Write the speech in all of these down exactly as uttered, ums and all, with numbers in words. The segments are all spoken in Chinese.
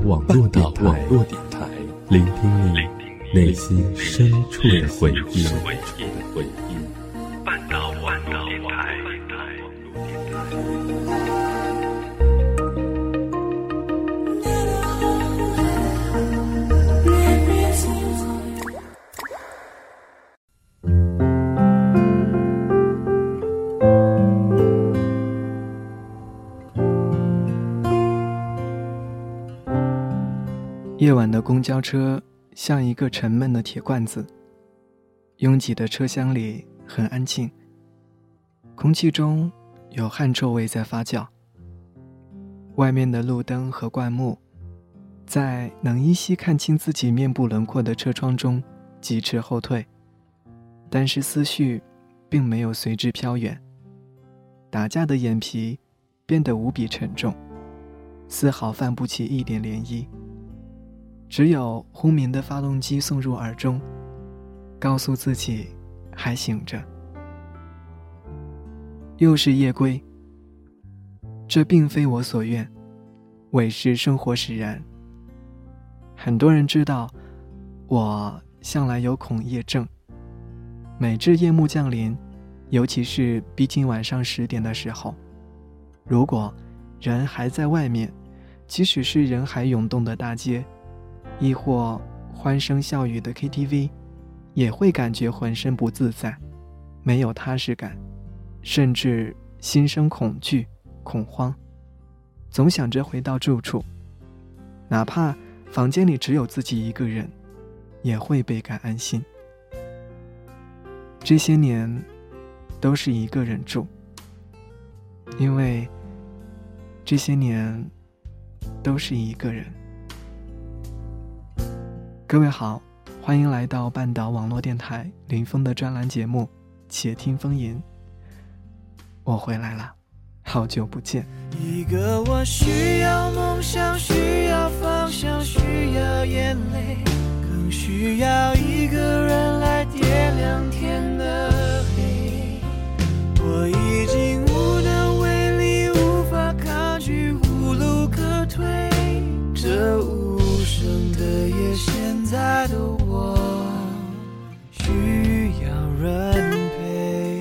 网络电台，网络电台，聆听你内心深处的回忆。半岛网络电台。 夜晚的公交车像一个沉闷的铁罐子，拥挤的车厢里很安静，空气中有汗臭味在发酵。外面的路灯和灌木在能依稀看清自己面部轮廓的车窗中疾驰后退，但是思绪并没有随之飘远。打架的眼皮变得无比沉重，丝毫泛不起一点涟漪。只有轰鸣的发动机送入耳中，告诉自己还醒着。又是夜归，这并非我所愿，委实生活使然。很多人知道我向来有恐夜症，每至夜幕降临，尤其是逼近晚上十点的时候，如果人还在外面，即使是人海涌动的大街，亦或欢声笑语的 K T V， 也会感觉浑身不自在，没有踏实感，甚至心生恐惧恐慌，总想着回到住处，哪怕房间里只有自己一个人，也会倍感安心。这些年都是一个人住，因为这些年都是一个人。各位好，欢迎来到半岛网络电台林峰的专栏节目《且听风吟》。我回来了，好久不见。 一个我需要梦想，需要方向，需要眼泪，更需要一个人来点亮天的黑。我已经无能为力，无法抗拒，无路可退，这无声的夜，现在的我需要人陪。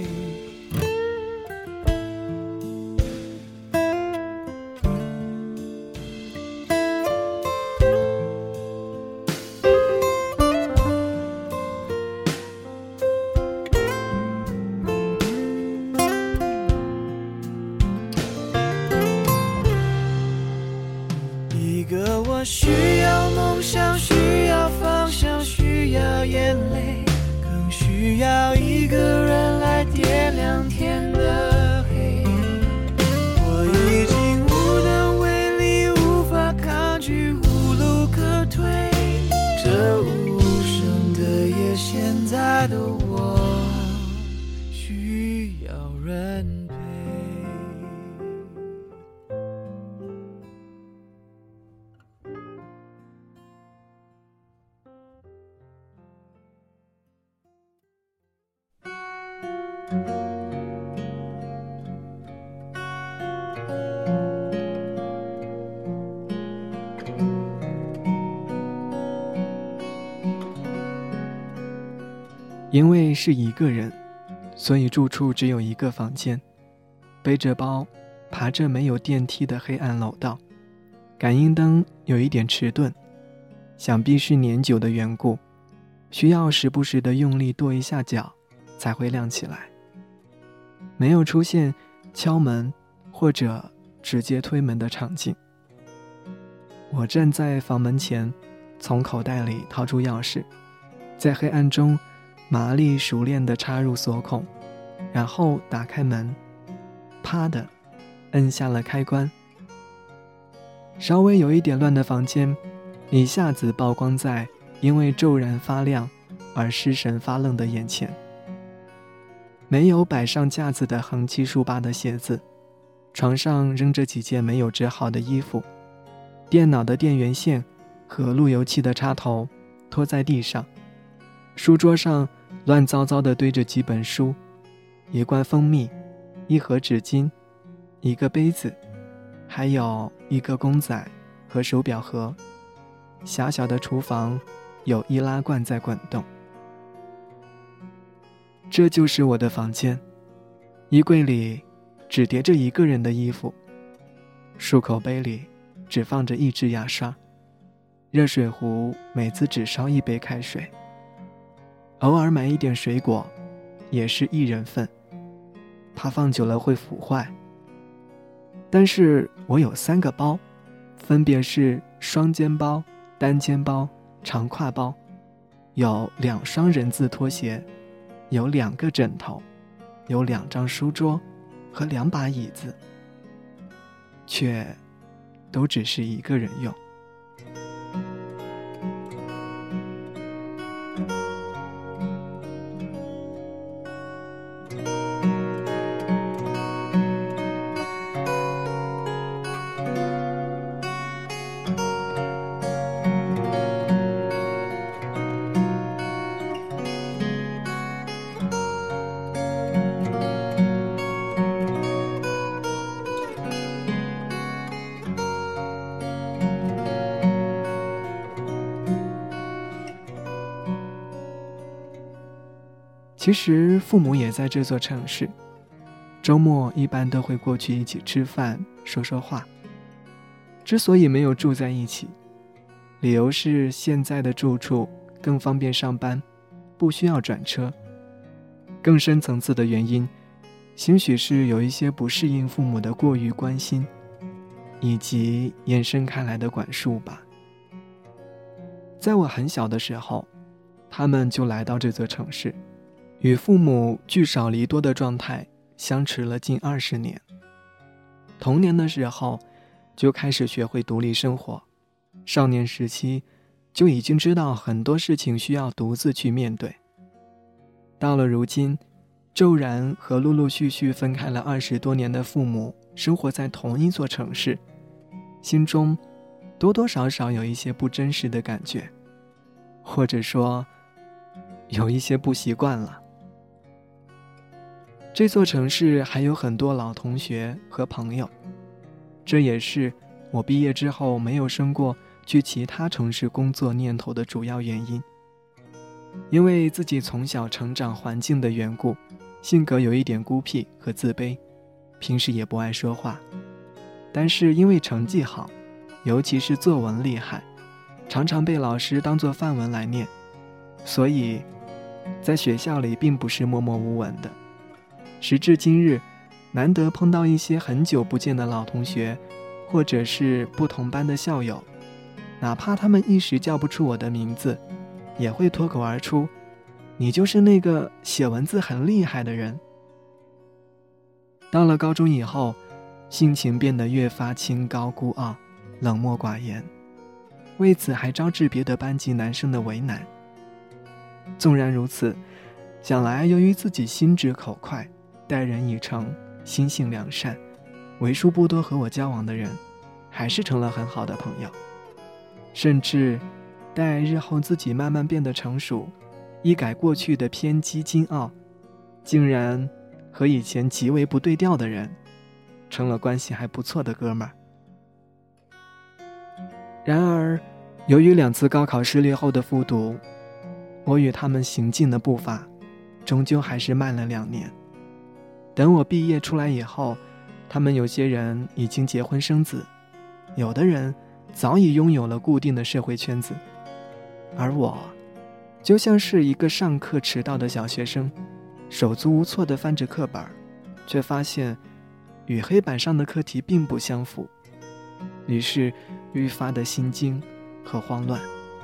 一个我需要梦想，需要方向，需要眼泪，更需要一个人来点亮天的黑。我已经无能为力，无法抗拒，无路可退，这无声的夜，现在的我需要人陪。 因为是一个人，所以住处只有一个房间，背着包爬着没有电梯的黑暗楼道，感应灯有一点迟钝，想必是年久的缘故，需要时不时的用力跺一下脚才会亮起来。没有出现敲门或者直接推门的场景。我站在房门前，从口袋里掏出钥匙，在黑暗中麻利熟练地插入锁孔，然后打开门，啪的摁下了开关。稍微有一点乱的房间一下子曝光在因为骤然发亮而失神发愣的眼前。没有摆上架子的横七竖八的鞋子，床上扔着几件没有折好的衣服，电脑的电源线和路由器的插头拖在地上，书桌上乱糟糟地堆着几本书，一罐蜂蜜，一盒纸巾，一个杯子，还有一个公仔和手表盒。 狭小的厨房有易拉罐在滚动。这就是我的房间，衣柜里只叠着一个人的衣服，漱口杯里只放着一支牙刷，热水壶每次只烧一杯开水，偶尔买一点水果，也是一人份，怕放久了会腐坏。但是我有三个包，分别是双肩包、单肩包、长挎包，有两双人字拖鞋，有两个枕头，有两张书桌和两把椅子，却都只是一个人用。其实父母也在这座城市，周末一般都会过去一起吃饭说说话。之所以没有住在一起，理由是现在的住处更方便上班，不需要转车。更深层次的原因，兴许是有一些不适应父母的过于关心，以及延伸开来的管束吧。在我很小的时候，他们就来到这座城市，与父母聚少离多的状态相持了近二十年。童年的时候就开始学会独立生活，少年时期就已经知道很多事情需要独自去面对。到了如今，骤然和陆陆续续分开了二十多年的父母生活在同一座城市，心中多多少少有一些不真实的感觉，或者说有一些不习惯了。这座城市还有很多老同学和朋友，这也是我毕业之后没有生过去其他城市工作念头的主要原因。因为自己从小成长环境的缘故，性格有一点孤僻和自卑，平时也不爱说话。但是因为成绩好，尤其是作文厉害，常常被老师当作范文来念，所以在学校里并不是默默无闻的。时至今日，难得碰到一些很久不见的老同学，或者是不同班的校友，哪怕他们一时叫不出我的名字，也会脱口而出，你就是那个写文字很厉害的人。到了高中以后，性情变得越发清高孤傲，冷漠寡言，为此还招致别的班级男生的为难。纵然如此，想来由于自己心直口快，待人以诚，心性良善，为数不多和我交往的人，还是成了很好的朋友。甚至待日后自己慢慢变得成熟，一改过去的偏激矜傲，竟然和以前极为不对调的人成了关系还不错的哥们儿。然而由于两次高考失利后的复读，我与他们行进的步伐终究还是慢了两年。等我毕业出来以后，他们有些人已经结婚生子，有的人早已拥有了固定的社会圈子，而我就像是一个上课迟到的小学生，手足无措地翻着课本，却发现与黑板上的课题并不相符，于是愈发的心惊和慌乱。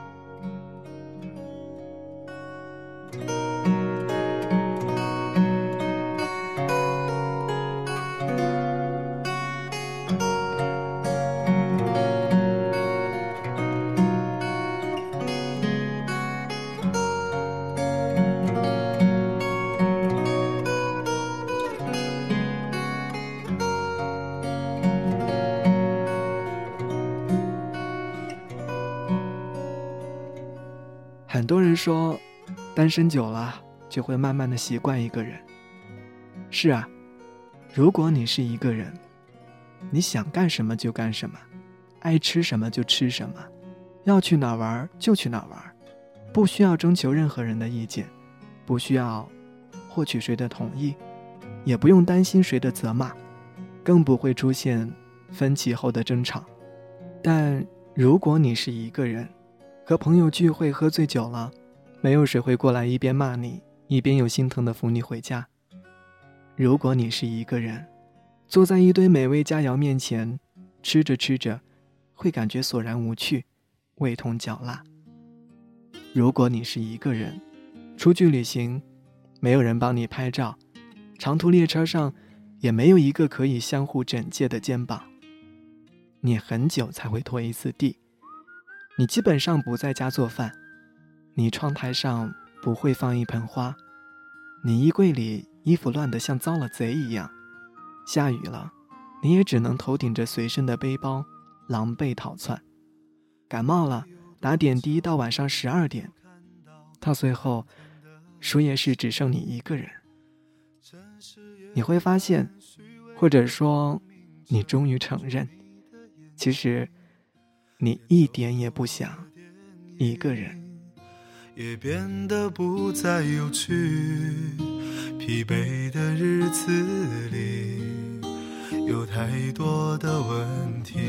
很多人说，单身久了就会慢慢的习惯一个人。是啊，如果你是一个人，你想干什么就干什么，爱吃什么就吃什么， 要去哪玩就去哪玩，不需要征求任何人的意见，不需要获取谁的同意，也不用担心谁的责骂，更不会出现分歧后的争吵。但如果你是一个人，和朋友聚会喝醉酒了，没有谁会过来一边骂你，一边又心疼地扶你回家。如果你是一个人，坐在一堆美味佳肴面前，吃着吃着会感觉索然无趣，味同嚼蜡。如果你是一个人，出去旅行，没有人帮你拍照，长途列车上也没有一个可以相互枕藉的肩膀。你很久才会拖一次地，你基本上不在家做饭，你窗台上不会放一盆花，你衣柜里衣服乱得像遭了贼一样，下雨了，你也只能头顶着随身的背包狼狈逃窜，感冒了打点滴到晚上十二点，到最后输液室只剩你一个人。你会发现，或者说你终于承认，其实你一点也不想一个人。 也变得不再有趣，疲惫的日子里有太多的问题。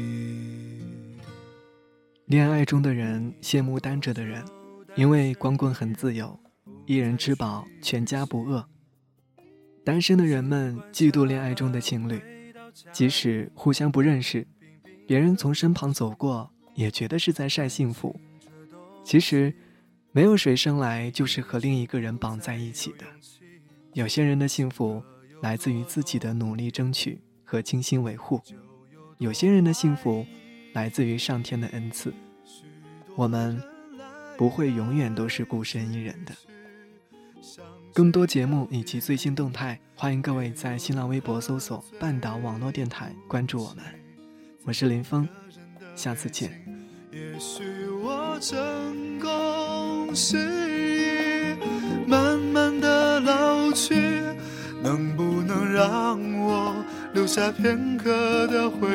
恋爱中的人羡慕单着的人，因为光棍很自由，一人吃饱全家不饿。单身的人们嫉妒恋爱中的情侣，即使互相不认识，别人从身旁走过也觉得是在晒幸福。其实没有谁生来就是和另一个人绑在一起的，有些人的幸福来自于自己的努力争取和精心维护，有些人的幸福来自于上天的恩赐。我们不会永远都是孤身一人的。更多节目以及最新动态，欢迎各位在新浪微博搜索半岛网络电台关注我们。我是林峰，下次见。 也许我成功失忆，慢慢的老去，能不能让我留下片刻的回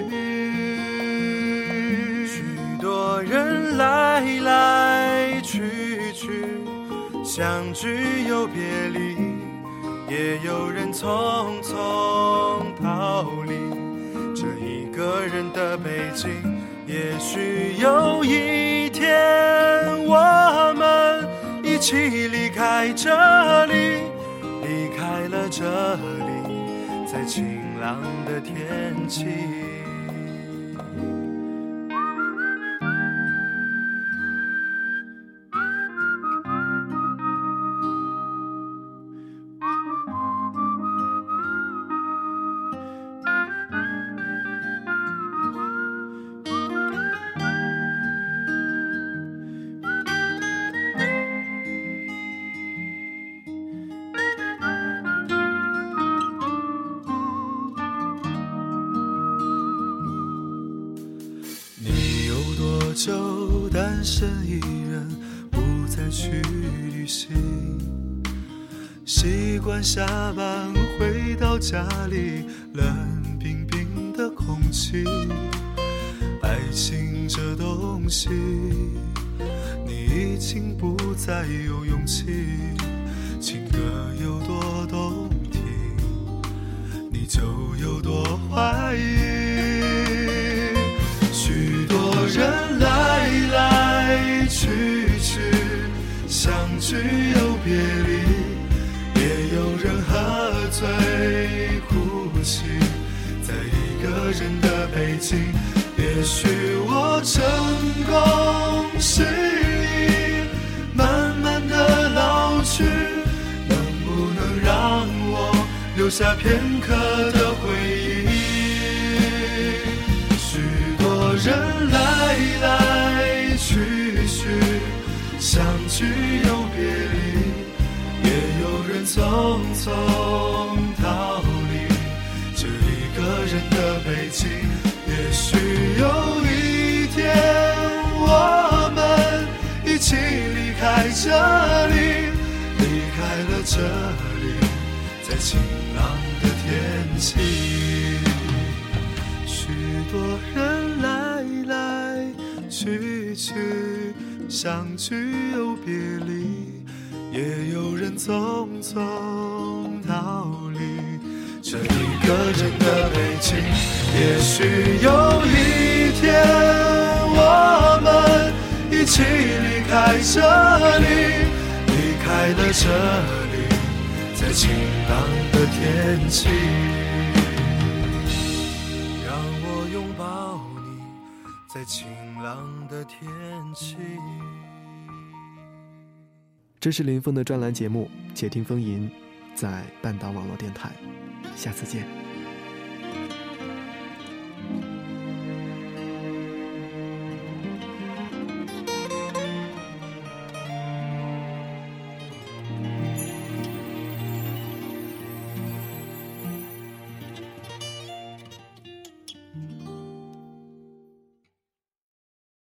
忆？许多人来来去去，相聚又别离，也有人匆匆逃离这一个人的北京。也许有一天我们一起离开这里，离开了这里，在晴朗的天气。就单身一人，不再去旅行，习惯下班回到家里，冷冰冰的空气。爱情这东西，你已经不再有勇气，情歌有多动听，你就有多怀疑。许多人来来去去，相聚又别离，也有人喝醉哭泣，在一个人的北京。也许我成功失忆，慢慢的老去，能不能让我留下片刻的回忆？许多人来来去去，相聚又别离，也有人匆匆逃离这一个人的北京。也许有一天我们一起离开这里，离开了这里，在晴朗的天气。许多人来来去去，相聚又别离，也有人匆匆逃离。这一个人的北京，也许有一天我们一起离开这里，离开了这里，在晴朗的天气，让我拥抱你，在晴朗的天气。 这是林峰的专栏节目《且听风吟》，在半岛网络电台，下次见。